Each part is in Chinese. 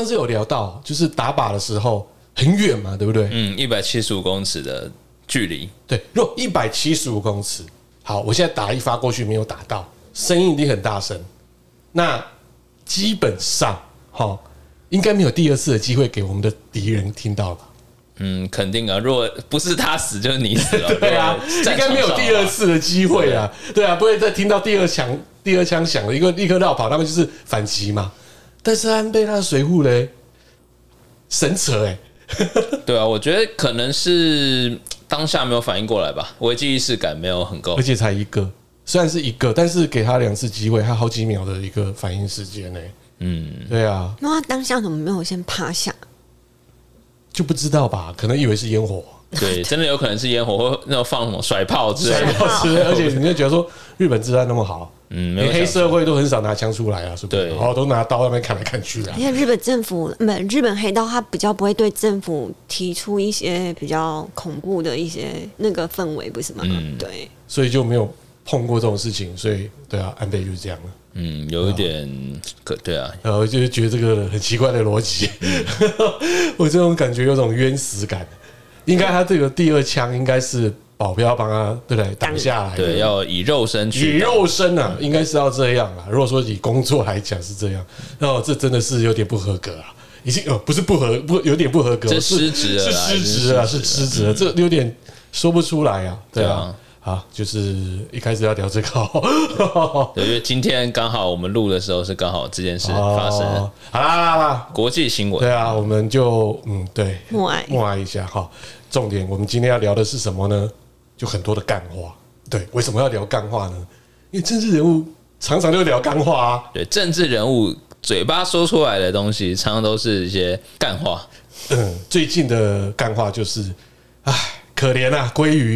上次有聊到，就是打靶的时候很远嘛，对不对 ？175公尺的距离， 对，如果175公尺，好，我现在打一发过去没有打到，声音一定很大声，那基本上应该没有第二次的机会给我们的敌人听到吧？ 肯定啊，如果不是他死就是你死了， 对啊，应该没有第二次的机会啊，对啊，不会再听到第二枪响了，立刻绕跑，他们就是反击嘛。但是安倍他的随扈嘞，神扯对啊，我觉得可能是当下没有反应过来吧，危机意识感没有很够， 而且才一个，虽然是一个，但是给他2次机会，他好几秒的一个反应时间对啊， 那他当下怎么没有先趴下？ 就不知道吧？可能以为是烟火。 对，真的有可能是烟火或那种放什么甩炮之类的， 而且你就觉得说日本治安那么好， 连黑社会都很少拿枪出来啊，是不是？ 对， 都拿刀那边看来看去啊。 因为日本政府，日本黑道他比较不会对政府提出一些比较恐怖的一些那个氛围，不是吗？对， 所以就没有碰过这种事情，所以对啊，安倍就是这样了。 有一点对啊， 我就是觉得这个很奇怪的逻辑，我这种感觉有种冤死感。应该他这个第2枪应该是保镖帮他对不对挡下来， 对，要以肉身去， 以肉身啊，应该是要这样啊。如果说以工作来讲是这样，这真的是有点不合格啊，已经不是有点不合格， 这失职了， 是失职了，是失职了，这有点说不出来啊，对啊。好，就是一开始要聊这个， 对，因为今天刚好我们录的时候是刚好这件事发生了。 好啦， 国际新闻。 对啊，我们就对默哀一下哈。重点，我们今天要聊的是什么呢？就很多的干话。对，为什么要聊干话呢？因为政治人物常常就聊干话啊。 对，政治人物嘴巴说出来的东西，常常都是一些干话。 最近的干话就是，可怜啊，鲑鱼。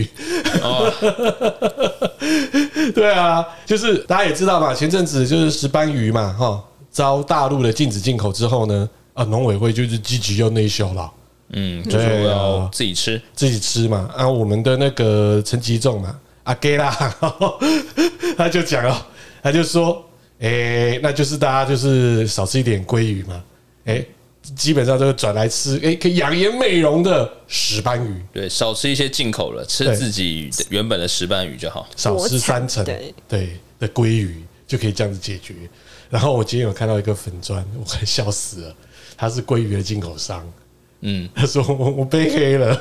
对啊，就是大家也知道嘛，前阵子就是石斑鱼嘛，遭大陆的禁止进口之后呢，农委会就是积极要内销了。 就说要自己吃嘛。我们的那个陈吉仲嘛，阿给啦，他就讲了，他就说，那就是大家就是少吃一点鲑鱼嘛，基本上就转来吃，可以养颜美容的石斑鱼。 对，少吃一些进口了，吃自己原本的石斑鱼就好， 少吃30%对的鲑鱼就可以这样子解决。然后我今天有看到一个粉专，我快笑死了，他是鲑鱼的进口商。他说我被黑了。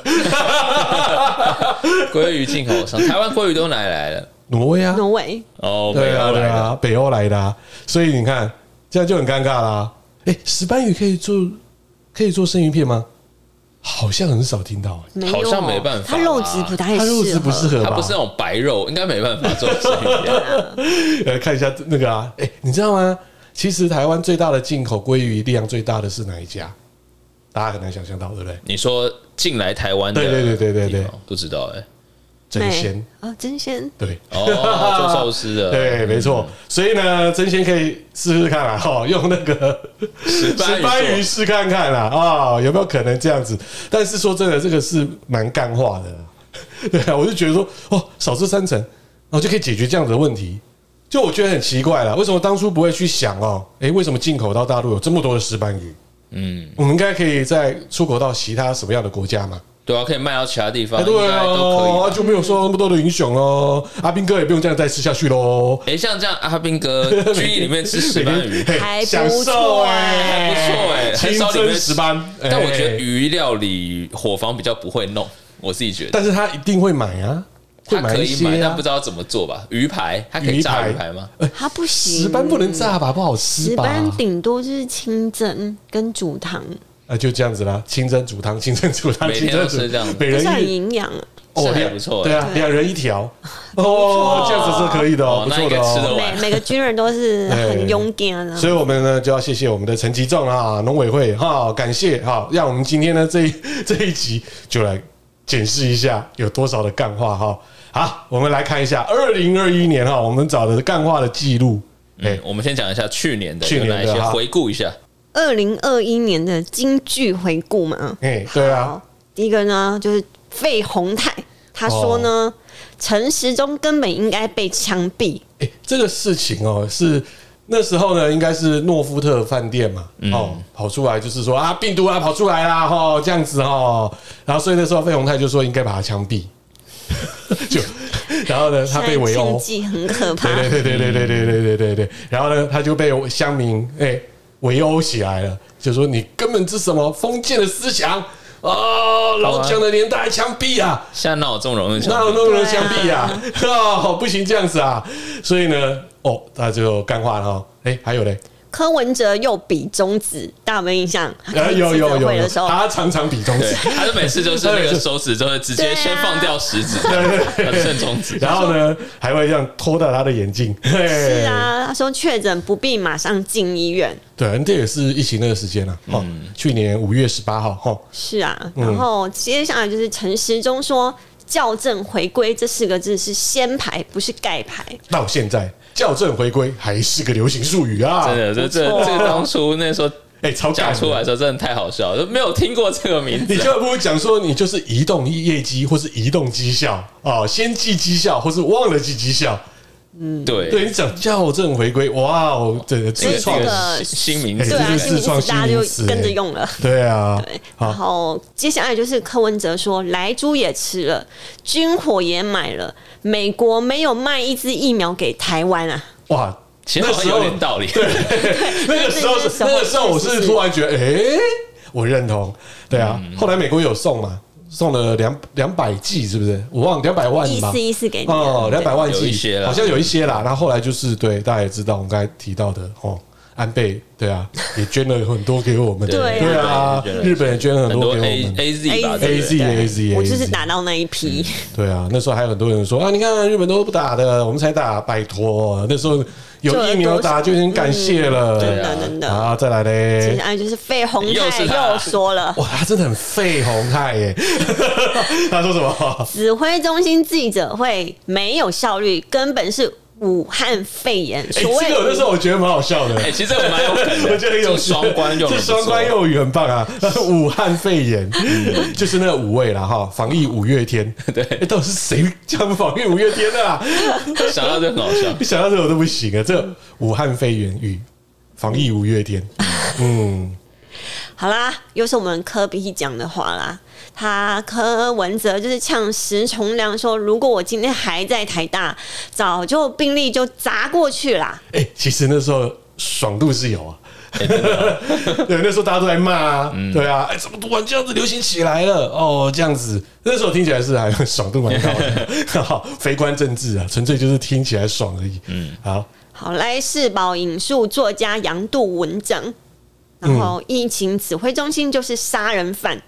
鲑鱼进口商，台湾鲑鱼都哪里来的？ 挪威对啊，北欧来的啊。所以你看，这样就很尴尬啦。石斑鱼可以做生鱼片吗？好像很少听到， 好像没办法， 它肉质不太适合， 它肉质不适合吧？ 它不是那种白肉，应该没办法做生鱼片。看一下那个啊，你知道吗？其实台湾最大的进口鲑鱼量最大的是哪一家？大家很难想象到，对不对？ 你说进来台湾的， 对， 不知道真鲜真鲜， 对做寿司的， 对，没错。所以呢，真鲜可以试试看啦，用那个石斑鱼试看看啦，有没有可能这样子？但是说真的，这个是蛮干话的，对啊，我就觉得说，少吃30%，然后就可以解决这样子的问题。就我觉得很奇怪啦，为什么当初不会去想为什么进口到大陆有这么多的石斑鱼？我们应该可以再出口到其他什么样的国家嘛？ 对啊，可以卖到其他地方， 对啊，都可以， 就没有受那么多的影响咯。阿兵哥也不用这样再吃下去咯。 像这样阿兵哥居里里面吃石斑鱼还不错还不错清蒸石斑。 但我觉得鱼料理伙房比较不会弄，我自己觉得。 但是他一定会买啊。 他可以买，但不知道怎么做吧？鱼排，他可以炸鱼排吗？ 他不行， 石斑不能炸吧？不好吃吧？ 石斑顶多就是清蒸跟煮汤， 就这样子啦，清蒸煮汤，清蒸煮汤， 每天都吃这样子， 每人很营养， 还不错。 对啊，2人1条，这样子是可以的不错的每个军人都是很勇敢的。 所以我们呢就要谢谢我们的陈吉仲农委会感谢让我们今天呢这一集就来检视一下有多少的干话好，我们来看一下2021年我们找的干话的记录。 我们先讲一下去年的哪一些，回顾一下 2021年的金句回顾嘛。 对啊， 第一个呢就是费鸿泰，他说呢，陈时中根本应该被枪毙。 这个事情是那时候呢，应该是诺富特饭店嘛，跑出来就是说啊，病毒啊跑出来啦，这样子然后所以那时候费鸿泰就说应该把他枪毙，然后呢，他被围殴， 禁忌很可怕， 对，然后呢，他就被乡民围殴起来了，就说你根本是什么封建的思想。老蒋的年代还枪毙啊！ 现在哪有这么容易？ 哪有那么容易枪毙啊？不行这样子啊！所以呢，他就干话了还有嘞， 柯文哲又比中指，大家有没有印象？ 有， 的时候他常常比中指， 他就每次就是那个手指就会直接先放掉食指，对，剩中指， 然后呢还会这样拖到他的眼镜。 是啊，他说确诊不必马上进医院。 对，这也是疫情那个时间啊。去年5月18号。是啊，然后接下来就是陈时中说校正回归这4个字是先排，不是盖牌。 到现在校正回归还是个流行术语啊！ 真的，这个当初那时候超讲出来的时候真的太好笑了，没有听过这个名字。 你就不会讲说你就是移动业绩或是移动绩效先记绩效或是忘了记绩效。对，你讲校正回归，哇这个自创新名字， 对啊，新名字大家就跟着用了。 对啊， 对。然后接下来就是柯文哲说，莱猪也吃了，军火也买了，美国没有卖一支疫苗给台湾啊！ 哇， 其实有点道理。 对，那个时候我是突然觉得，我认同。对啊，后来美国有送嘛。送了200剂，是不是？我忘了200万吧。 意思给你 200万剂，好像有一些啦。然后后来就是对大家也知道，我们刚才提到的安倍，对啊，也捐了很多给我们。对啊，日本也捐了很多给我们。 AZ， 我就是打到那一批。 对啊，那时候还有很多人说你看日本都不打的，我们才打，拜托。那时候有疫苗打就已经感谢了， 真的。 啊，再来嘞， 接下来就是费鸿泰又说了， 哇，他真的很费鸿泰耶。他说什么？ 指挥中心记者会没有效率，根本是武汉肺炎。 这个那时候我觉得蛮好笑的。 其实这个蛮有梗的， 我觉得很有双关用， 这双关用语很棒啊。武汉肺炎就是那5位啦防疫5月天。对，到底是谁讲防疫5月天的啊？ 想到这很好笑， 想到这我都不行啊。这武汉肺炎与防疫5月天， 好啦，又是我们柯 P 讲的话啦。柯文哲就是呛石崇良说，如果我今天还在台大，早就兵力就砸过去啦。 其实那时候爽度是有啊。对，那时候大家都在骂啊，对啊，怎么突然这样子流行起来了？这样子，那时候听起来是还爽度蛮高的。非关政治啊，纯粹就是听起来爽而已。 好，来世宝引述作家杨度文章，然后疫情指挥中心就是杀人犯。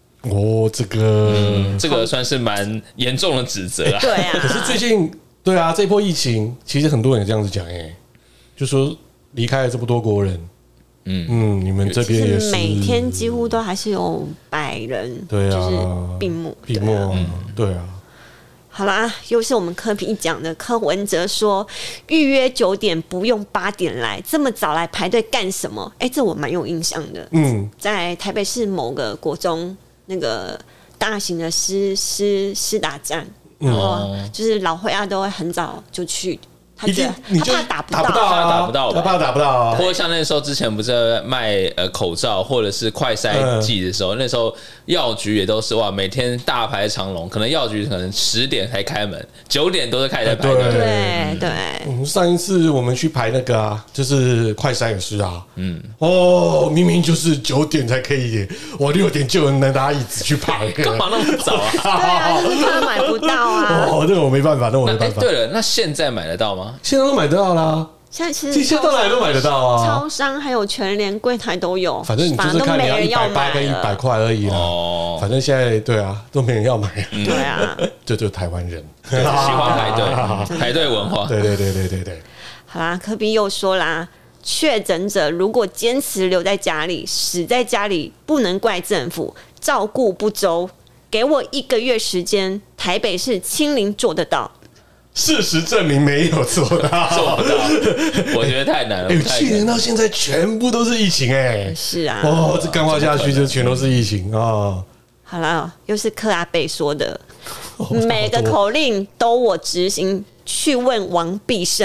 这个算是蛮严重的指责啊。 对啊， 可是最近对啊，这波疫情其实很多人也这样子讲就说离开了这么多国人。你们这边也是每天几乎都还是有100人， 对啊， 就是病末， 对啊。 好啦，又是我们柯 P 讲的。柯文哲说，预约9点不用8点来，这么早来排队干什么？这我蛮有印象的。在台北市某个国中那个大型的施打站，然后就是老会都会很早就去。他觉得他怕打不到， 他怕打不到啊。 或者像那时候之前不是在卖口罩或者是快筛剂的时候，那时候药局也都是每天大排长龙，可能药局可能10点才开门，9点都是开始排队。 对。 上一次我们去排那个就是快筛也是啊，明明就是9点才可以，我6点就能拿椅子去排， 干嘛那么早啊？ 对啊，就是怕买不到啊。 那我没办法， 对了，那现在买得到吗？ 现在都买得到啦， 现在其实到哪里都买得到啊， 超商还有全联柜台都有。 反正你就是看你要180跟100块而已啦。反正现在对啊，都没人要买。 对啊， 这就是台湾人喜欢排队文化。 对。 好啦，柯 P 又说啦，确诊者如果坚持留在家里，死在家里，不能怪政府照顾不周。给我1个月时间，台北市清零做得到。 事实证明没有做到， 我觉得太难了。 去年到现在全部都是疫情是啊。 这干化下去就全都是疫情啊。 好了，又是柯阿北说的，每个口令都我执行。去问王必胜，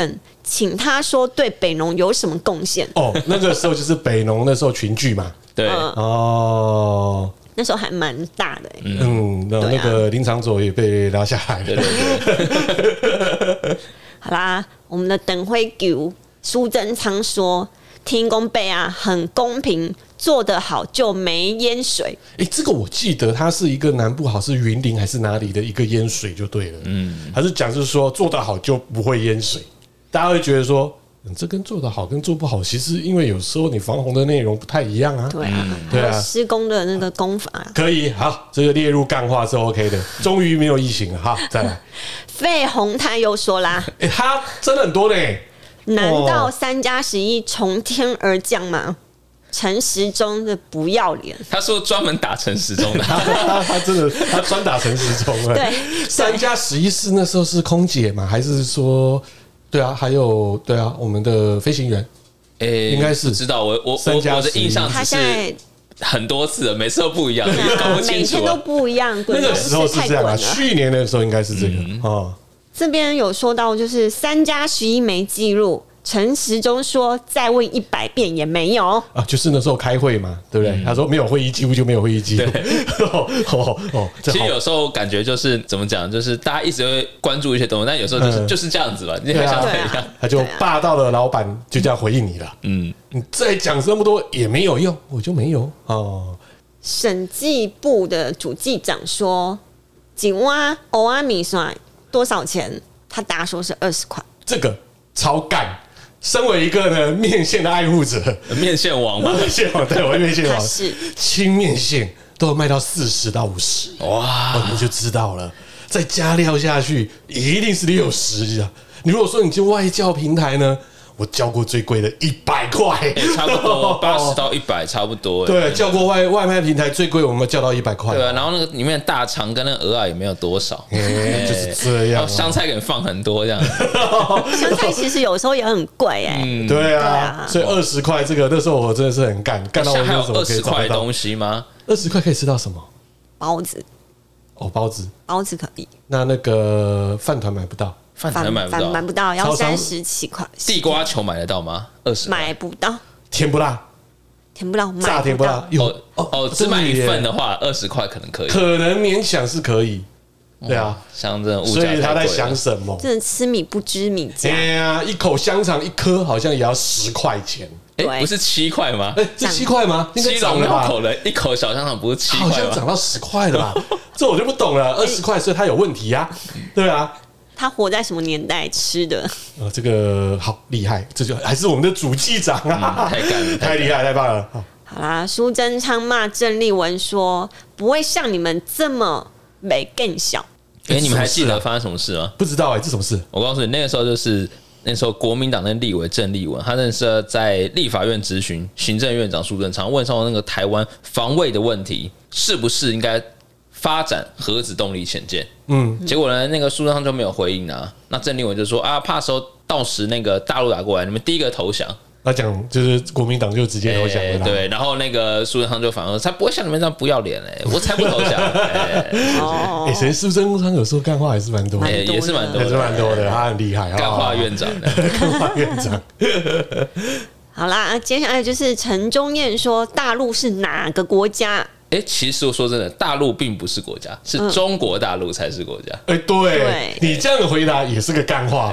请他说对北农有什么贡献。 哦，那个时候就是北农那时候群聚嘛。 对， 哦， 那时候还蛮大的。 那个林长佐也被拉下来了。 对对对。 好啦，我们的等会球苏贞昌说，天公杯啊很公平，做得好就没淹水。 这个我记得它是一个南部好是云林还是哪里的一个淹水就对了。还是讲是说做得好就不会淹水，大家会觉得说。这跟做得好跟做不好，其实因为有时候你防洪的内容不太一样啊。 对啊，对啊，施工的那个工法可以好，这个列入干话是 OK 的。终于没有疫情了，好，再来。 费鸿泰又说啦， 他真的很多呢。 难道3+11从天而降吗？陈时中的不要脸， 他说专门打陈时中的， 他真的他专打陈时中了。 对 ，3+11是那时候是空姐嘛，还是说？对啊，还有对啊，我们的飞行员，应该是知道我的印象只是很多次了，每次都不一样，搞不清楚， 每天都不一样。 那个时候是这样啊，去年的时候应该是这个哦。 这边有说到，就是3+11没记录。陈时中说：“再问100遍也没有啊，就是那时候开会嘛，对不对？他说没有会议记录就没有会议记录。 其实有时候感觉就是怎么讲，就是大家一直会关注一些东西，但有时候就是这样子吧，你还想怎样？ 他就霸道的老板就这样回应你了。你再讲这么多也没有用，我就没有哦。 审计部的主计长说：“井蛙欧阿米算多少钱？”他答说是20块。 这个超干。身为一个呢面线的爱护者， 面线王嘛， 面线王对，我是面线王， 是轻面线都要卖到40到50，哇，你就知道了，再加料下去一定是60啊。你如果说你去外教平台呢？我叫过最贵的100块， 差不多80到100，差不多。 对，叫过外卖平台最贵，我们叫到100块。 对啊，然后那个里面的大肠跟那个鹅啊也没有多少， 就是这样。 香菜给你放很多这样。 香菜其实有时候也很贵对啊，所以20块这个那时候我真的是很干到我还有20块东西吗 ？20块可以吃到什么？ 包子。 哦，包子可以。 那个饭团买不到。 饭团买不到，要37块。 地瓜球买得到吗？20 买不到。 甜不辣？炸甜不辣？ 只买一份的话，20块可能可以， 可能勉强是可以。对啊， 像这种物价， 所以他在想什么？ 真的吃米不知米价。 对啊，一口香肠一颗好像也要10块钱。 不是7块吗？ 是7块吗？应该涨了吧？ 一口小香肠不是7块吗？ 好像涨到10块了吧？这我就不懂了。20块，所以它有问题啊。对啊。 他活在什么年代吃的？ 这个好厉害，这就还是我们的主计长啊， 太干了， 太厉害，太棒了。 好啦，苏贞昌骂郑丽文说：“不会像你们这么美更小。” 你们还记得发生什么事吗？ 不知道这什么事？ 我告诉你，那个时候就是那时候国民党的立委郑丽文，他那时候在立法院质询行政院长苏贞昌，问上那个台湾防卫的问题，是不是应该发展核子动力潜舰？结果呢，那个苏贞昌就没有回应啊。那郑丽文就说啊，怕时候到时那个大陆打过来，你们第一个投降。 他讲就是国民党就直接投降了， 对。然后那个苏贞昌就反而才不会像你们这样不要脸我才不投降。 谁苏贞昌有说干话还是蛮多的， 也是蛮多的， 也是蛮多的，他很厉害， 干话院长的， 干话院长。 好啦，接下来就是陈忠燕说大陆是哪个国家？ 其实我说真的，大陆并不是国家，是中国大陆才是国家。 对，你这样的回答也是个干话。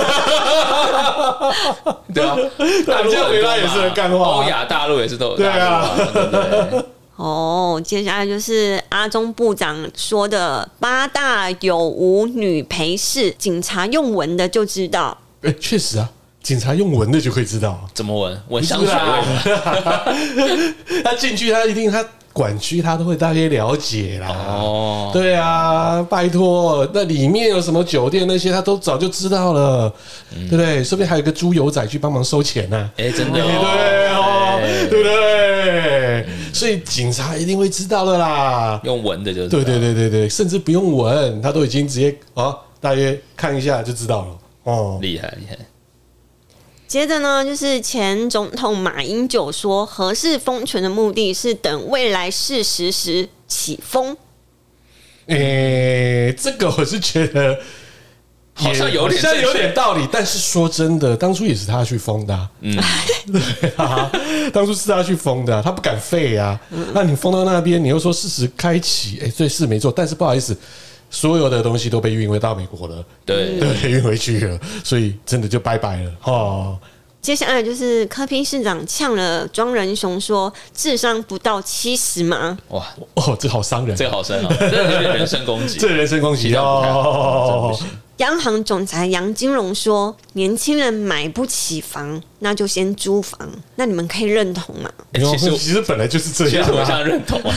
对啊，大陆回答也是个干话，欧亚大陆也是都有。 对啊， 对不对？ 接下来就是阿中部长说的8大有无女陪侍，警察用闻的就知道。 确实啊。警察用闻的就可以知道， 怎么闻？闻香水味吗？ 他进去，他一定他管区他都会大约了解啦。对啊，拜托，那里面有什么酒店那些，他都早就知道了，对不对？说不定还有个猪油仔去帮忙收钱呢。 真的， 对不对？所以警察一定会知道的啦。 用闻的就知道，对，甚至不用闻，他都已经直接大约看一下就知道了。 厉害。 接着呢，就是前总统马英九说，核四封存的目的是等未来事实时起封。 这个我是觉得好像有点道理。但是说真的，当初也是他去封的、啊，对啊，当初是他去封的、啊，他不敢废啊。那你封到那边，你又说事实开启，对，是没错。但是不好意思，所有的东西都被运回到美国了， 对， 运回去了，所以真的就拜拜了哦。 接下来就是柯 P 市长呛了庄仁雄说智商不到70吗？ 哇这好伤人， 这个好深哦，这是人身攻击， 这人身攻击哦。 央行总裁杨金龙说年轻人买不起房，那就先租房，那你们可以认同吗？ 其实本来就是这样、啊， 其实我想认同、啊，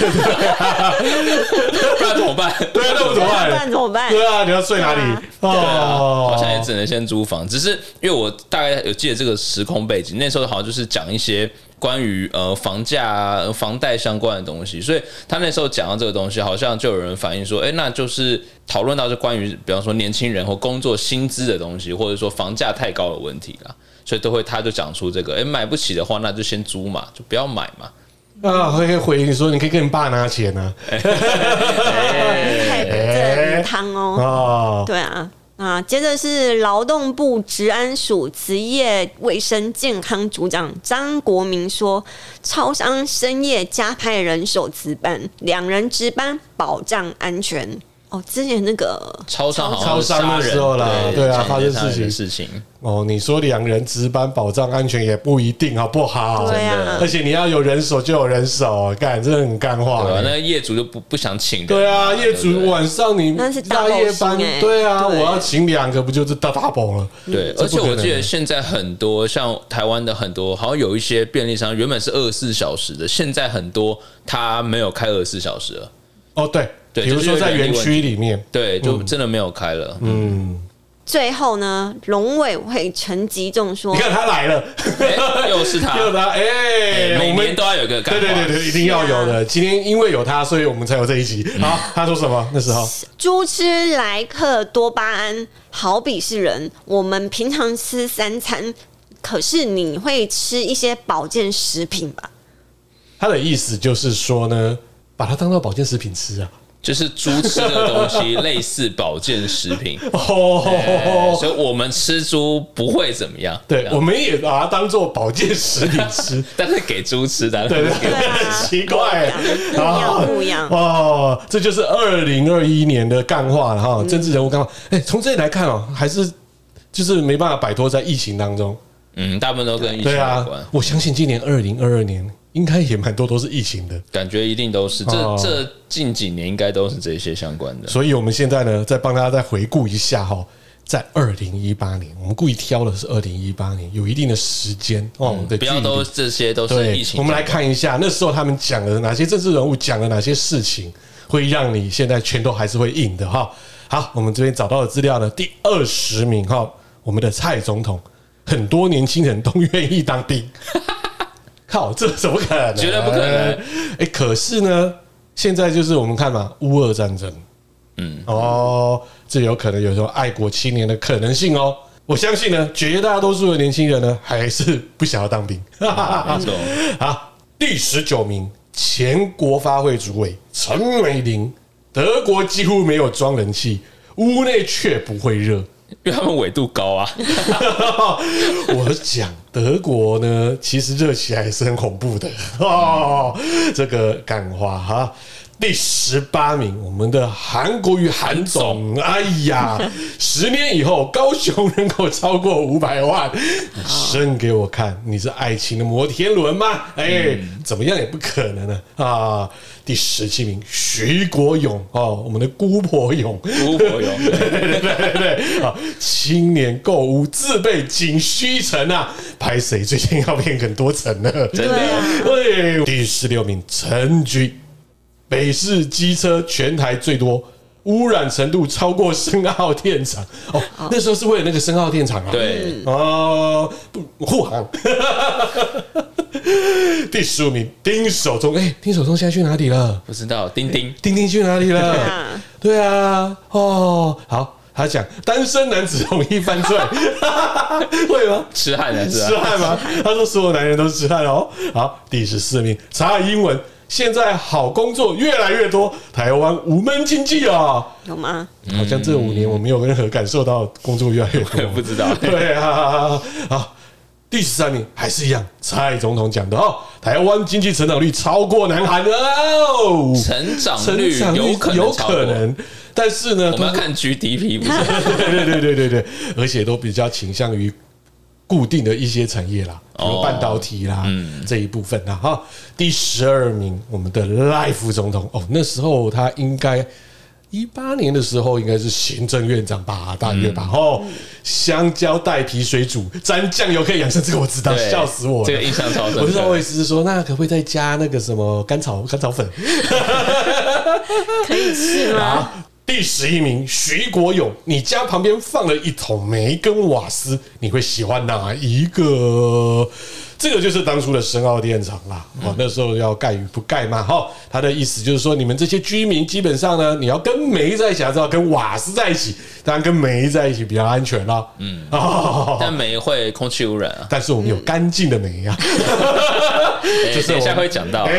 不然怎么办？ 对啊，那我怎么办？ 不然怎么办？ 对啊，你要睡哪里？ 好像也只能先租房。只是因为我大概有记得这个时空背景，那时候好像就是讲一些关于房价、房贷相关的东西，所以他那时候讲到这个东西，好像就有人反映说，那就是讨论到就关于比方说年轻人或工作薪资的东西，或者说房价太高的问题啦，所以他就讲出这个，买不起的话，那就先租嘛，就不要买嘛。 可以回你说，你可以跟你爸拿钱啊。 这鱼汤哦，对啊。接着是劳动部职安署职业卫生健康组长张国民说，超商深夜加派人手值班，2人值班保障安全。之前那个超商的时候啦，对啊，发生事情你说2人值班保障安全也不一定好不好？ 对啊， 而且你要有人手就有人手，干真的很干话。 对啊，那业主就不想请人。 对啊，业主晚上你大夜班，对啊，我要请2个，不就是 double 了？ 对，而且我记得现在很多像台湾的很多，好像有一些便利商原本是24小时的，现在很多它没有开24小时了。对，比如说在园区里面， 对，就真的没有开了。 最后呢，农委会陈吉仲说：“ 你看他来了， 又是他，每年都要有个干话， 对，一定要有的。今天因为有他，所以我们才有这一集。好，他说什么？那时候猪吃莱克多巴胺，好比是人，我们平常吃3餐，可是你会吃一些保健食品吧？” 他的意思就是说呢，把它当做保健食品吃啊。 就是猪吃的东西类似保健食品所以我们吃猪不会怎么样。 对，我们也把它当做保健食品吃， 但是给猪吃的， 对，很奇怪， 不一样这就是2021年的干话了哈，政治人物干话。从这里来看还是就是没办法摆脱在疫情当中。 大部分都跟疫情有关。 我相信今年2022年。应该也蛮多都是疫情的， 感觉一定都是。这近几年应该都是这些相关的。 所以我们现在呢，再帮大家再回顾一下在2018年，我们故意挑的是2018年，有一定的时间不要都这些都是疫情。 我们来看一下那时候他们讲了哪些政治人物讲了哪些事情，会让你现在拳头还是会硬的哈。好，我们这边找到的资料呢，第20名我们的蔡总统，很多年轻人都愿意当兵。靠，这怎么可能？ 绝对不可能！ 可是呢，现在就是我们看嘛，乌俄战争，这有可能有时候爱国青年的可能性哦。我相信呢，绝大多数的年轻人呢，还是不想要当兵。 没错。 好，第19名，前国发会主委陈美玲，德国几乎没有装人气，屋内却不会热。 因为他们纬度高啊。 我讲德国呢，其实热起来也是很恐怖的这个干话哈。第18名，我们的韩国瑜韩总，哎呀，10年以后高雄人口超过500万，你生给我看，你是爱情的摩天轮吗？怎么样也不可能呢啊！第17名，徐国勇我们的姑婆勇，对，青年购屋自备仅需层啊，拍谁最近要变很多层了， 真的。 对，第16名，陈菊。北市机车全台最多，污染程度超过深澳电厂那时候是为了那个深澳电厂啊。 对护航。第15名，丁守中，丁守中现在去哪里了？ 不知道，丁去哪里了？对啊，好。他讲单身男子容易犯罪，会吗？ 痴汉吗？ 他说所有男人都是痴汉哦。好，第14名，查英文。 现在好工作越来越多，台湾无门经济啊， 有吗？ 好像这5年我没有任何感受到工作越来越多， 不知道。 对啊，好。第13名还是一样，蔡总统讲的哦，台湾经济成长率超过南韩哦， 成长率有可能， 但是呢， 我们要看 GDP 不是？ 对，而且都比较倾向于固定的一些产业啦，比如半导体啦这一部分啦哈。第12名，我们的赖副总统哦，那时候他应该。18年的时候应该是行政院长吧，大约吧。香蕉带皮水煮，沾酱油可以养生，这个我知道，笑死我了。 这个印象超深。 我就稍微是说，那可不可以再加那个什么甘草粉？ 可以吃吗？ 第11名，徐国勇，你家旁边放了一桶煤跟瓦斯，你会喜欢哪一个？这个就是当初的深澳电厂啦，那时候要盖与不盖嘛，他的意思就是说，你们这些居民基本上呢，你要跟煤在一起，还是要跟瓦斯在一起？当然跟煤在一起比较安全啦。 但煤会空气污染啊。 但是我们有干净的煤啊， 等一下会讲到。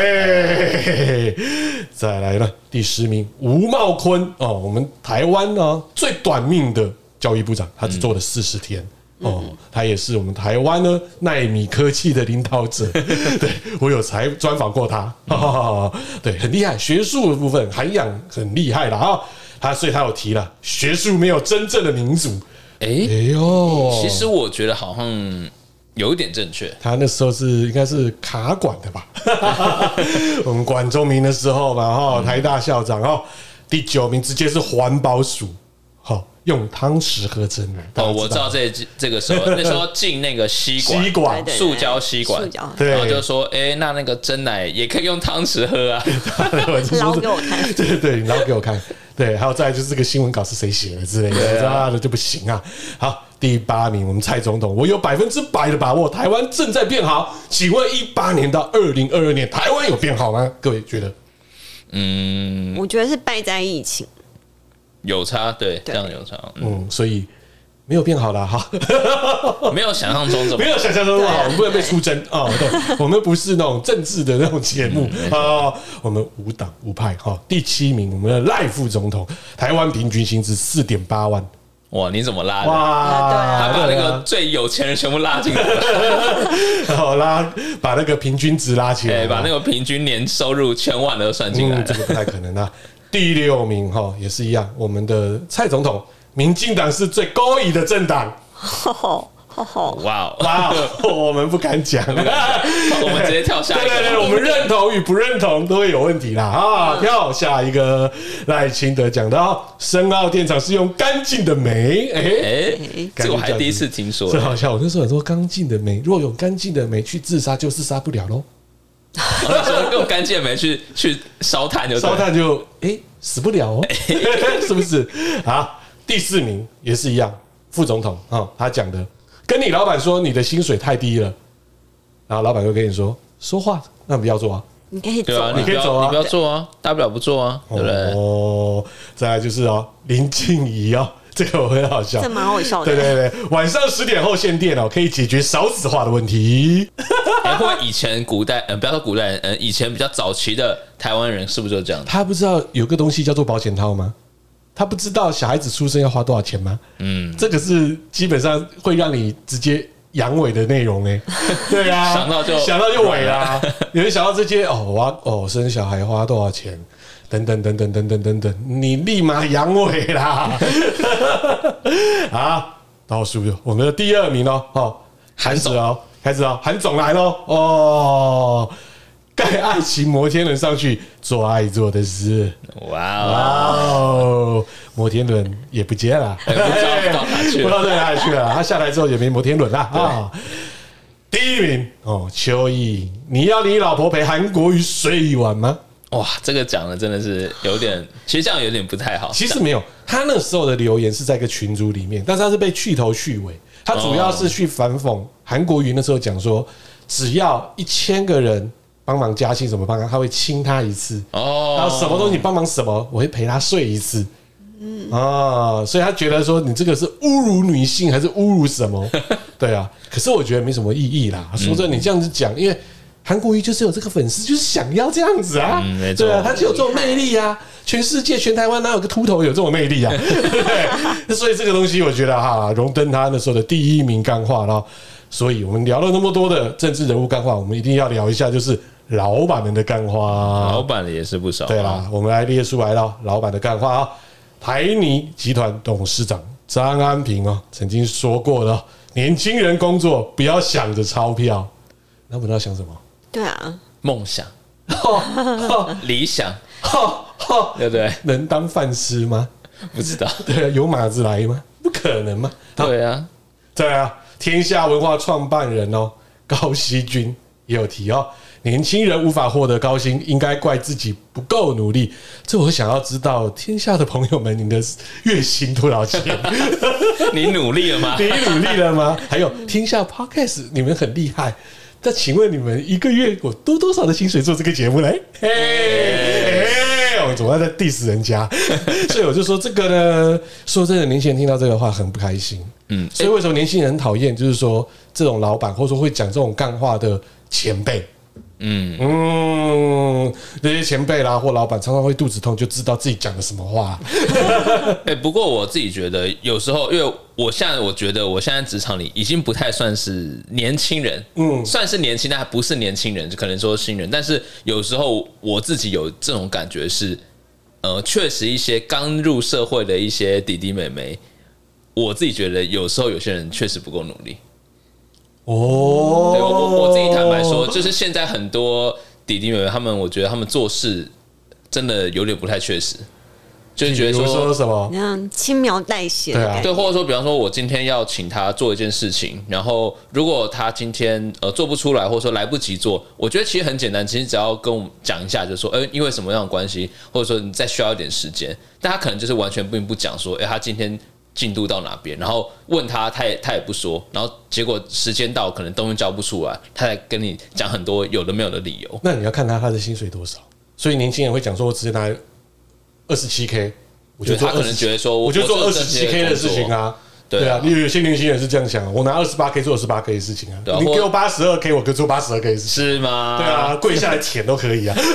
再来了，第10名，吴茂坤哦，我们台湾呢最短命的教育部长，他只做了40天。他也是我们台湾呢奈米科技的领导者，对我有专访过他，对，很厉害，学术的部分涵养很厉害了啊。所以他有提了，学术没有真正的民主。 其实我觉得好像有一点正确。 他那时候应该是卡管的吧？我们管中明的时候嘛，台大校长第9名直接是环保署。用汤匙喝真奶我知道这个时候，那时候进那个吸管，塑胶吸管，然后就说，那个真奶也可以用汤匙喝啊， 捞给我看， 对，你捞给我看，对，还有再来就是这个新闻稿是谁写的之类的，那就不行啊。好，第8名，我们蔡总统，我有100%的把握，台湾正在变好。请问18年到2022年，台湾有变好吗？各位觉得？ 我觉得是败在疫情。 有差，对，这样有差， 所以没有变好啦，哈， 没有想象中这么好， 没有想象中这么好，我们不能被出征啊！对，我们不是那种政治的那种节目啊，我们无党无派哈。第7名，我们的赖副总统，台湾平均薪资4.8万。 哇，你怎么拉的？ 哇， 他把那个最有钱人全部拉进来， 然后把那个平均值拉起来， 把那个平均年收入1000万的都算进来， 这个不太可能啊。第6名也是一样，我们的蔡总统，民进党是最高义的政党。 哇， 我们不敢讲， 我们直接跳下一个。 对，我们认同与不认同都会有问题啦跳下一个，赖清德讲到深澳电厂是用干净的煤， 这个我还第一次听说， 这好像我那时候很多干净的煤，若用干净的煤去自杀，就自杀不了喽。 用干净的煤去烧炭就死不了哦，是不是？好，第4名也是一样，副总统他讲的，跟你老板说你的薪水太低了，然后老板会跟你说话，那不要做啊， 你可以走啊， 你可以走啊， 你不要做啊，大不了不做啊，对不对？ 再来就是林静怡这个我很好笑， 这蛮好笑的。 对，晚上10点后限电可以解决少子化的问题。 会不会以前古代，不要说古代人，以前比较早期的台湾人是不是就这样？ 他不知道有个东西叫做保险套吗？他不知道小孩子出生要花多少钱吗？这个是基本上会让你直接阳痿的内容对啊，想到就痿啦。有人想到这些生小孩花多少钱？等等，你立马阳痿啦！倒数我们的第2名开始韩总来喽盖爱情摩天轮上去做爱做的事，摩天轮也不见了，不知道在哪里去了。他下来之后也没摩天轮啦第1名邱毅，你要你老婆陪韩国瑜睡一晚吗？ 哇，这个讲的真的是有点，其实这样有点不太好。 其实没有，他那时候的留言是在一个群组里面，但是他是被去头去尾。他主要是去反讽韩国瑜那时候讲说，只要1000个人帮忙加薪什么帮他会亲他一次然后什么东西帮忙什么，我会陪他睡一次。所以他觉得说你这个是侮辱女性还是侮辱什么？对啊，可是我觉得没什么意义啦。说真的，你这样子讲，因为韩国瑜就是有这个粉丝，就是想要这样子啊，对啊，他就有这种魅力啊。全世界、全台湾哪有个秃头有这种魅力啊？对，所以这个东西我觉得哈，荣登他那时候的第1名干话了。所以我们聊了那么多的政治人物干话，我们一定要聊一下，就是老板们的干话。 老板的也是不少。 对啦，我们来列出来了老板的干话啊。台泥集团董事长张安平曾经说过的，年轻人工作不要想着钞票，那不知道想什么？ 对啊， 梦想、理想，对不对？ 能当饭吃吗？ 不知道。 对啊，有马子来吗？不可能嘛。 对啊， 对啊，天下文化创办人高希均也有提年轻人无法获得高薪，应该怪自己不够努力。这我想要知道，天下的朋友们，你的月薪多少钱？ 你努力了吗？ 你努力了吗？还有天下 Podcast， 你们很厉害。那请问你们一个月我多少的薪水做这个节目嘞？我总要在 diss 人家，所以我就说这个呢，说真的，年轻人听到这个话很不开心。所以为什么年轻人很讨厌？就是说这种老板，或者说会讲这种干话的前辈。那些前辈啦或老板常常会肚子痛，就知道自己讲的什么话。 不过我自己觉得有时候，因为我觉得我现在职场里已经不太算是年轻人，算是年轻，但还不是年轻人，就可能说新人。但是有时候我自己有这种感觉是，确实一些刚入社会的一些弟弟妹妹，我自己觉得有时候有些人确实不够努力。对，我自己坦白说，就是现在很多弟弟妹妹他们，我觉得他们做事真的有点不太确实，就是觉得说什么轻描淡写的感觉， 对，或者说比方说我今天要请他做一件事情，然后如果他今天做不出来，或者说来不及做，我觉得其实很简单，其实只要跟我们讲一下，就是说因为什么样的关系，或者说你再需要一点时间，但他可能就是完全并不讲说，他今天进度到哪边，然后问他也不说，然后结果时间到，可能东西交不出来，他才跟你讲很多有的没有的理由。 那你要看他的薪水多少，所以年轻人会讲说，我直接拿27K， 我就做他可能觉得说， 我就做27K 的事情啊。对啊，有些年轻人是这样想，我拿28K 做28K 的事情啊，你给我82K， 我就做82K 的事情， 是吗？ 对啊，跪下来舔都可以啊。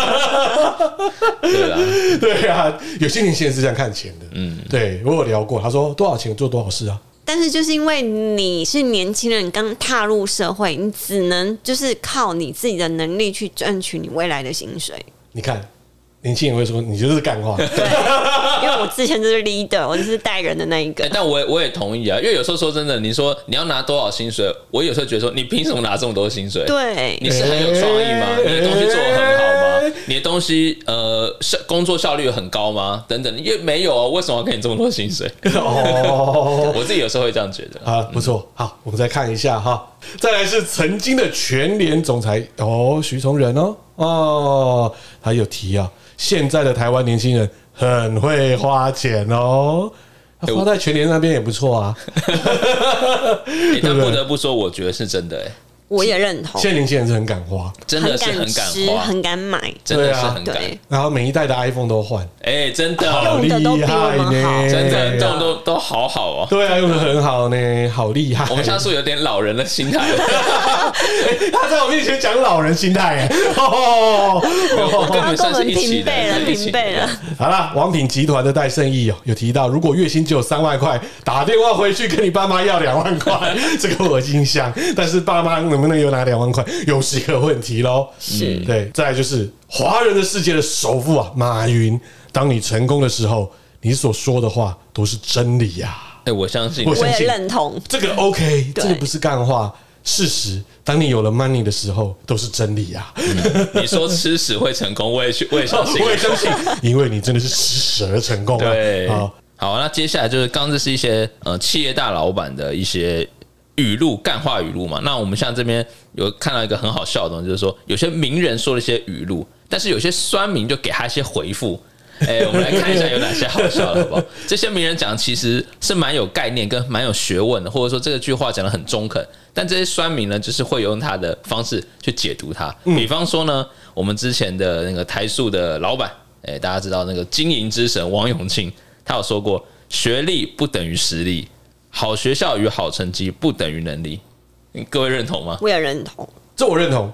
对啦， 对啊，有些年轻人是这样看钱的。对，我有聊过，他说多少钱做多少事啊。 但是就是因为你是年轻人，刚踏入社会，你只能就是靠你自己的能力去赚取你未来的薪水。 你看。年轻人会说你就是干话， 对，因为我之前就是 leader， 我就是带人的那一个。 但我也同意啊，因为有时候说真的，你说你要拿多少薪水，我有时候觉得说你凭什么拿这么多薪水？ 对， 你是很有创意吗？你的东西做得很好吗？你的东西工作效率很高吗？等等，因为没有啊，为什么要给你这么多薪水？我自己有时候会这样觉得啊，不错。好，我们再看一下哈，再来是曾经的全联总裁徐崇仁他有提啊。现在的台湾年轻人很会花钱花在全联那边也不错啊。 但不得不说，我觉得是真的我也认同。 现在年轻人是很敢花， 真的是很敢花， 很敢买， 真的是很敢。 然后每一代的 iPhone 都换， 真的好厉害呢， 真的用都好好哦。 对啊，用的很好呢，好厉害。 我们像是有点老人的心态。 他在我面前讲老人心态， 我根本算是一起的， 平辈了。 好了，王品集团的戴胜益有提到，如果月薪只有3万块，打电话回去跟你爸妈要2万块，这个我印象。但是爸妈能不能有拿2万块，又是一个问题喽。 是， 对。再来就是华人的世界的首富马云，当你成功的时候，你所说的话都是真理呀。 我相信， 我也认同这个 OK， 这个不是干话。事实，当你有了 money 的时候，都是真理呀。 你说吃屎会成功，我也相信， 我也相信，因为你真的是吃屎而成功。 对，好，那接下来就是刚这是一些企业大老板的一些语录，干话语录嘛。那我们像这边有看到一个很好笑的东西，就是说有些名人说了一些语录，但是有些酸民就给他一些回复。我们来看一下有哪些好笑的，好不好？这些名人讲其实是蛮有概念跟蛮有学问的，或者说这个句话讲得很中肯，但这些酸民呢，就是会用他的方式去解读它。比方说呢，我们之前的那个台塑的老板，大家知道那个经营之神王永庆，他有说过，学历不等于实力，好学校与好成绩不等于能力。各位认同吗？ 我也认同， 这我认同。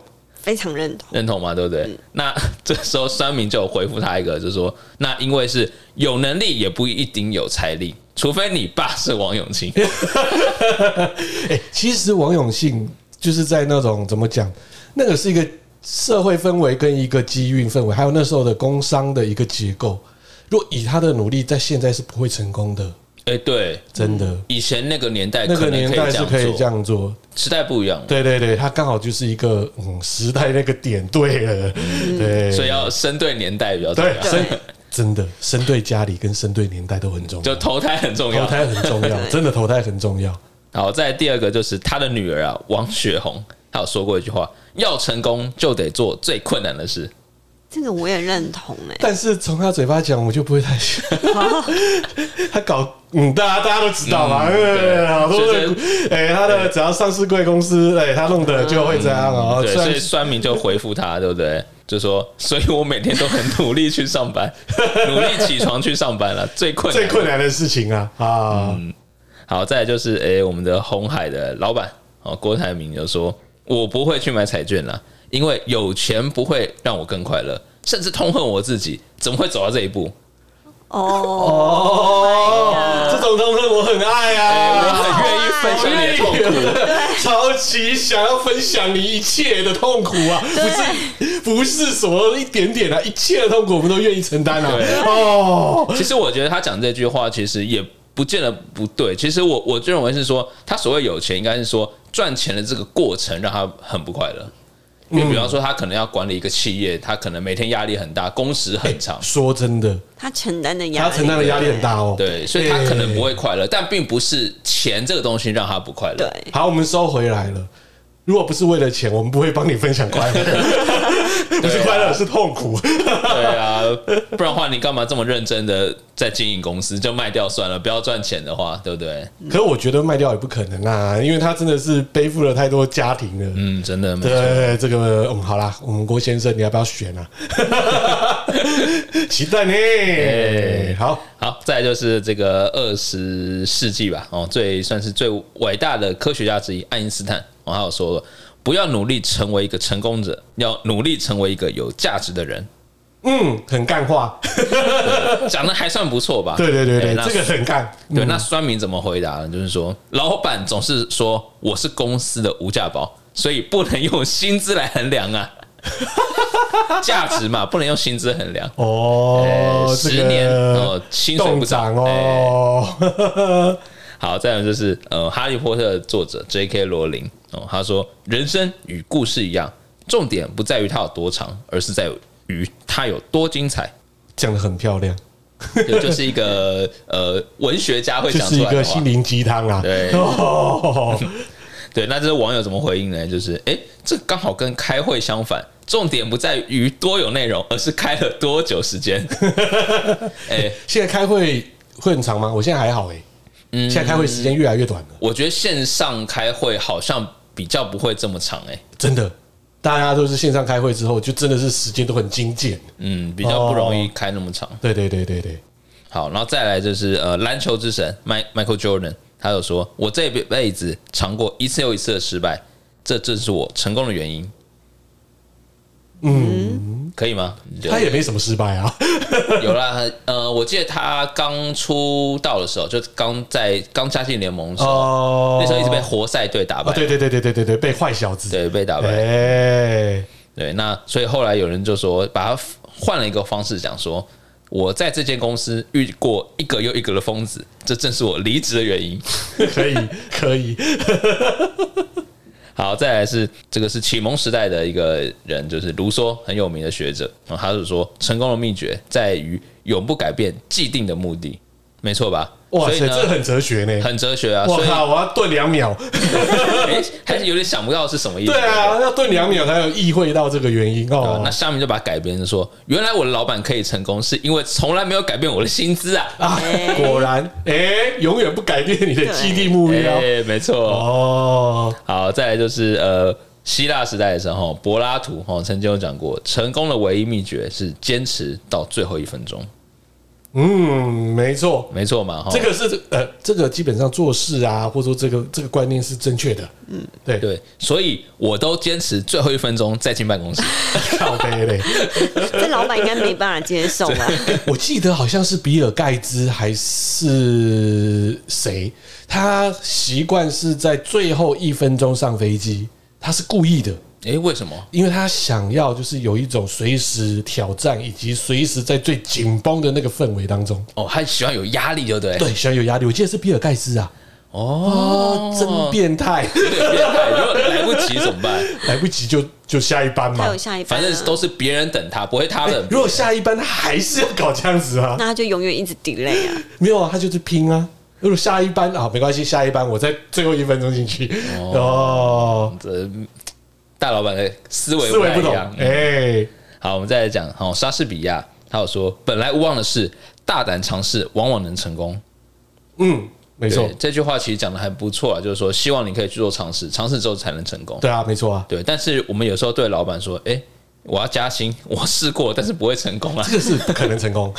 非常认同嘛，对不对？那这时候酸民就有回复他一个，就是说，那因为是有能力也不一定有财力，除非你爸是王永庆。 其实王永庆就是在那种怎么讲，那个是一个社会氛围跟一个机运氛围，还有那时候的工商的一个结构。如果以他的努力，在现在是不会成功的。 对， 真的， 以前那个年代， 那个年代是可以这样做， 时代不一样。 对对对，他刚好就是一个时代那个点对了，对， 所以要生对年代比较重要。 对，真的生对家里跟生对年代都很重要， 就投胎很重要， 投胎很重要，真的投胎很重要。 好，再来第二个就是他的女儿啊，王雪红，她有说过一句话：要成功就得做最困难的事。 这个我也认同但是从他嘴巴讲，我就不会太喜欢。他搞大家都知道嘛，好多他的只要上市贵公司，他弄的就会这样哦。 对，所以酸民就回复他，对不对？就说，所以我每天都很努力去上班，努力起床去上班了，最困难的事情啊啊！ 好，再来就是我们的鸿海的老板郭台铭就说，我不会去买彩券啦。因为有钱不会让我更快乐，甚至痛恨我自己，怎么会走到这一步？ 这种痛恨我很爱啊， 我很愿意分享你的痛苦， 超级想要分享你一切的痛苦啊！不是什么一点点啊，一切的痛苦我们都愿意承担啊！ 其实我觉得他讲这句话其实也不见得不对。其实我就认为是说，他所谓有钱，应该是说赚钱的这个过程让他很不快乐。因为比方说，他可能要管理一个企业，他可能每天压力很大，工时很长。 说真的， 他承担的压力很大哦。 对，所以他可能不会快乐，但并不是钱这个东西让他不快乐。 对， 好，我们收回来了。如果不是为了钱，我们不会帮你分享快乐。不是快乐，是痛苦。 对啊，不然的话，你干嘛这么认真的在经营公司？就卖掉算了，不要赚钱的话，对不对？ 可是我觉得卖掉也不可能啊，因为他真的是背负了太多家庭了。 真的。 对，这个好啦，我们郭先生，你要不要选啊？期待呢。好， 再来就是这个20世纪吧，算是最伟大的科学家之一，爱因斯坦。他有说，不要努力成为一个成功者，要努力成为一个有价值的人。 很干话， 讲的还算不错吧？ 对，这个很干。 对，那酸民怎么回答呢？就是说，老板总是说我是公司的无价宝，所以不能用薪资来衡量啊。价值嘛，不能用薪资衡量。10年薪水不涨好，再来就是哈利波特的作者 J.K. 罗琳他说，人生与故事一样，重点不在于它有多长，而是在于它有多精彩。 讲得很漂亮。 对，就是一个文学家会讲出来的话， 就是一个心灵鸡汤啊。 对。对，那这个网友怎么回应呢？就是这刚好跟开会相反，重点不在于多有内容，而是开了多久时间。 现在开会会很长吗？我现在还好现在开会时间越来越短了。 我觉得线上开会好像比较不会这么长真的，大家都是线上开会之后，就真的是时间都很精简， 比较不容易开那么长。 对。 好，然后再来就是篮球之神 Michael Jordan， 他有说，我这辈子尝过一次又一次的失败，这正是我成功的原因。可以吗？ 他也没什么失败啊。 有啦，我记得他刚出道的时候，就刚加进联盟的时候，那时候一直被活塞队打败。 对，被坏小子对被打败。对，那所以后来有人就说，把他换了一个方式讲说，我在这间公司遇过一个又一个的疯子，这正是我离职的原因。 可以。 好，再来是这个是启蒙时代的一个人，就是卢梭，很有名的学者。他是说，成功的秘诀在于永不改变既定的目的，没错吧？ 哇塞，这很哲学呢， 很哲学啊！ 我靠，我要顿2秒， 还是有点想不到是什么意思。 对啊，要顿2秒才有意会到这个原因那下面就把它改编说，原来我的老板可以成功，是因为从来没有改变我的薪资啊！ 果然，永远不改变你的既定目标， 没错。好，再来就是希腊时代的时候，柏拉图曾经有讲过，成功的唯一秘诀是坚持到最后1分钟。 没错， 没错嘛。 这个是这个基本上做事啊，或者说这个观念是正确的。对， 所以我都坚持最后1分钟再进办公室。 靠背嘞， 这老板应该没办法接受吧？ 我记得好像是比尔盖茨还是谁，他习惯是在最后1分钟上飞机，他是故意的。 为什么？ 因为他想要就是有一种随时挑战，以及随时在最紧绷的那个氛围当中。 他喜欢有压力，对不对？ 对，喜欢有压力。我记得是比尔盖茨啊。真变态， 有点变态。如果来不及怎么办？ 来不及就下一班嘛。 他有下一班， 反正都是别人等他，不会他等。 如果下一班他还是要搞这样子啊， 那他就永远一直 delay 啊。 没有啊，他就是拼啊。如果下一班没关系，下一班我在最后1分钟进去。 这大老板的思维不一样。好，我们再来讲。莎士比亚他有说，本来无望的事，大胆尝试往往能成功。 没错， 这句话其实讲的还不错啊，就是说希望你可以去做尝试，尝试之后才能成功。 对啊，没错啊。 对，但是我们有时候对老板说，我要加薪，我试过，但是不会成功啊， 这个是不可能成功。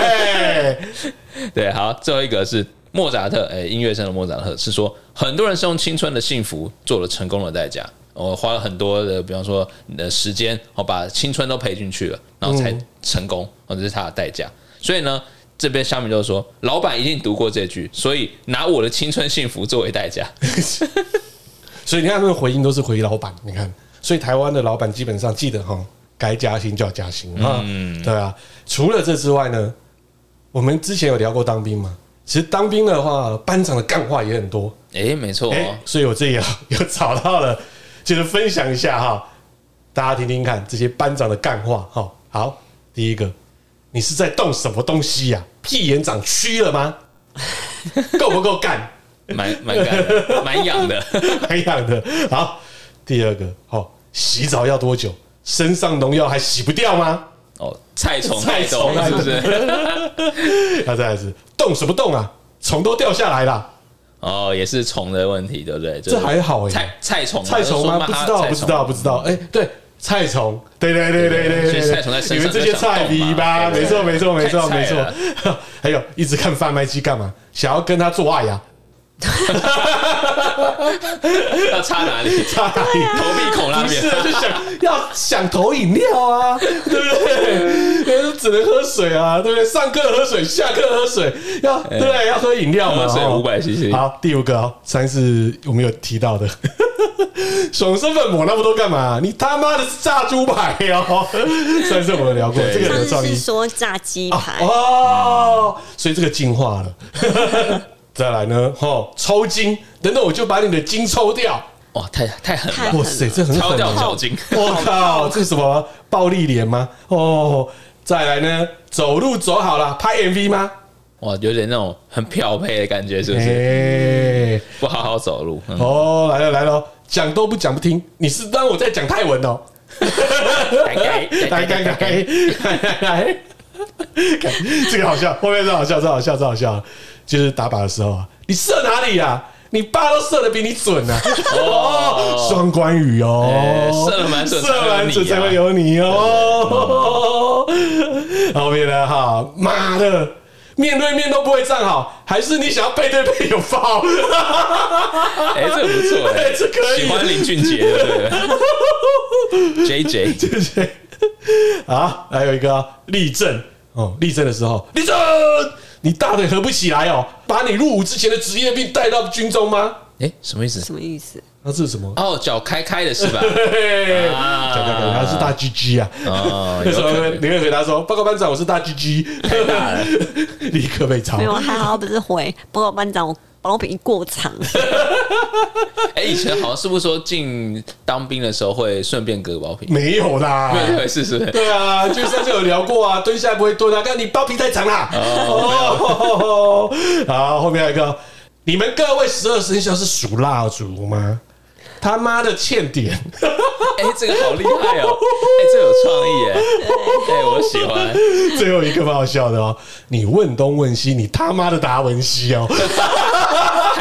对，好，最后一个是莫扎特，音乐生的莫扎特是说，很多人是用青春的幸福做了成功的代价。我花了很多的，比方说你的时间，把青春都赔进去了，然后才成功，这是他的代价。所以呢，这边下面就是说，老板一定读过这句，所以拿我的青春幸福作为代价。 所以你看，那个回应都是回老板。你看，所以台湾的老板基本上记得该加薪就要加薪啊。对啊。除了这之外呢，我们之前有聊过当兵嘛。其实当兵的话，班长的干话也很多。 没错。 所以我这里有找到了。就是分享一下大家听听看这些班长的干话好，第一个，你是在动什么东西呀？屁眼长蛆了吗？够不够干？ 蛮干的，蛮痒的， 蛮痒的。好，第二个，洗澡要多久？身上农药还洗不掉吗？ 菜虫是不是？ 再来是动什么动啊？虫都掉下来了。 也是虫的问题，对不对？ 这还好菜虫吗？不知道。对，菜虫，对。 所以菜虫在身上， 你们这些菜逼吧，没错。还有一直看贩卖机干嘛？想要跟他做爱呀？ 要插哪里？ 插哪里？ 投币孔那边。 不是，就想投饮料啊，对不对？只能喝水啊，对不对？上课喝水，下课喝水，对不对？要喝饮料嘛， 喝水500cc。 好，第5个3是我们有提到的，爽身粉抹那么多干嘛？你他妈的是炸猪排哦！3是我们聊过，这个有创意。 是说炸鸡排所以这个进化了。再来呢，抽筋，等等我就把你的筋抽掉。 哇，太狠了！ 哇塞，这很狠， 敲掉脚筋。 我靠，这是什么暴力脸吗？再来呢，走路走好了，拍 MV 吗？ 哇，有点那种很漂配的感觉，是不是？不好好走路。 来了，讲都不讲不听，你是让我在讲泰文哦？来，这个好笑，后面这好笑。就是打靶的时候啊，你射哪里啊？你爸都射得比你准啊！双关语射得蛮准， 才会有你哦。后面呢，妈的，面对面都不会站好，还是你想要背对背有抱？ 这个不错， 这可以。 喜欢林俊杰对不对？JJ 好，还有一个立正立正的时候，立正。你大腿合不起来把你入伍之前的职业病带到军中吗？ 什么意思？ 那这是什么？ 脚开的是吧？ 脚开，他是大 GG 啊！那时候你会回答说：“报告班长，我是大 GG。” 太大了， 立刻被抄。 没有，还好不是回报告班长，我包皮过长。 以前好像是不是说进当兵的时候会顺便割包皮？ 没有啦， 没有这回事是不是？ 对啊，就上次有聊过啊，蹲下不会蹲啊，看你包皮太长啦。好，后面还有一个，你们各位12生肖是属蜡烛吗？他妈的欠点！ 这个好厉害哦！这有创意耶！我喜欢。 最后一个蛮好笑的你问东问西，你他妈的达文西还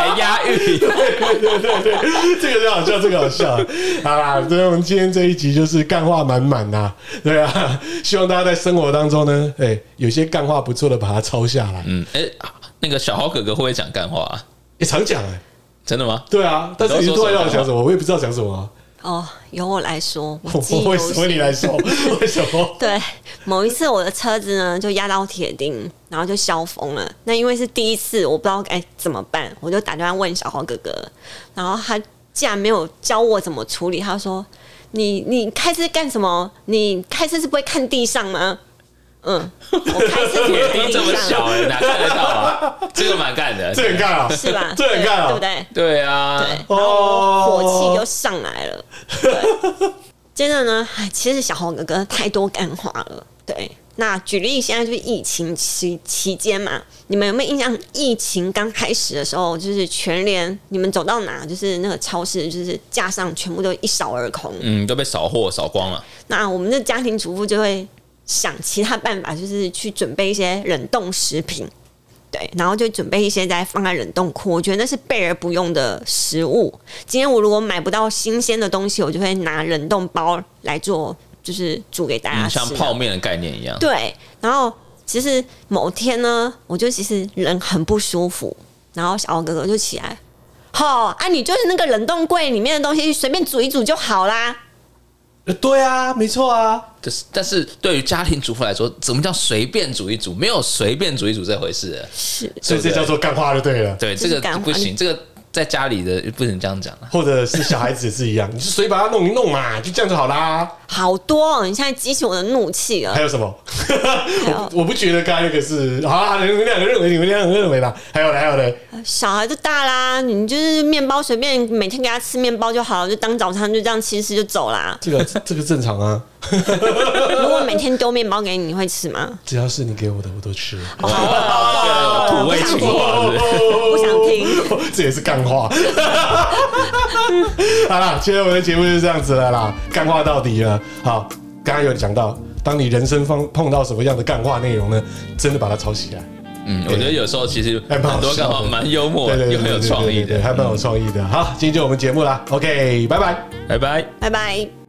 还押韵。 对，这个就好笑，这个好笑。好啦，所以我们今天这一集就是干话满满呐，对啊，希望大家在生活当中呢，有些干话不错的，把它抄下来。 那个小豪哥哥会不会讲干话啊？ 常讲真的吗？ 对啊，但是你突然让我讲什么，我也不知道讲什么。 由我来说，我记忆犹新。 为什么你来说？为什么？ 对，某一次我的车子呢就压到铁钉，然后就消风了。那因为是第一次，我不知道该怎么办，我就打电话问小豪哥哥，然后他竟然没有教我怎么处理。他说：“你开车干什么？你开车是不会看地上吗？”我开车铁钉这么小哪看得到啊？这个蛮干的， 这很干啊， 是吧？ 这很干啊， 对不对？ 对啊， 对，然后火气就上来了。对，接着呢，其实小豪哥哥太多干话了。对，那举例，现在就是疫情期间嘛，你们有没有印象？疫情刚开始的时候，就是全联，你们走到哪，就是那个超市，就是架上全部都一扫而空， 都被扫货扫光了。 那我们的家庭主妇就会想其他办法，就是去准备一些冷冻食品，对，然后就准备一些再放在冷冻库。我觉得那是备而不用的食物。今天我如果买不到新鲜的东西，我就会拿冷冻包来做，就是煮给大家吃， 像泡面的概念一样。 对，然后其实某天呢，我就其实人很不舒服，然后小豪哥哥就起来，你就是那个冷冻柜里面的东西随便煮一煮就好啦。 对啊，没错啊。 但是对于家庭主妇来说，怎么叫随便煮一煮？没有随便煮一煮这回事。 是， 所以这叫做干话就对了。 对，这个不行，这个在家里的不能这样讲啊。 或者是小孩子也是一样，你就随把它弄一弄嘛，就这样就好啦。 好多你现在激起我的怒气了。 还有什么？我不觉得刚才那个是好，你们两个认为啦。还有嘞， 小孩就大啦，你就是面包随便每天给他吃面包就好了，就当早餐就这样吃就走啦。 这个正常啊。 如果每天丢面包给你，你会吃吗？ 只要是你给我的，我都吃。 土味情话， 不想听。 这也是干话。好啦，今天我们的节目就是这样子了啦，干话到底了。好，刚刚有讲到，当你人生碰到什么样的干话内容呢？真的把它抄起来。 我觉得有时候其实很多干话蛮幽默，又很有创意的， 还蛮有创意的。好，今天就我们节目啦。OK， 拜拜， 拜拜， 拜拜。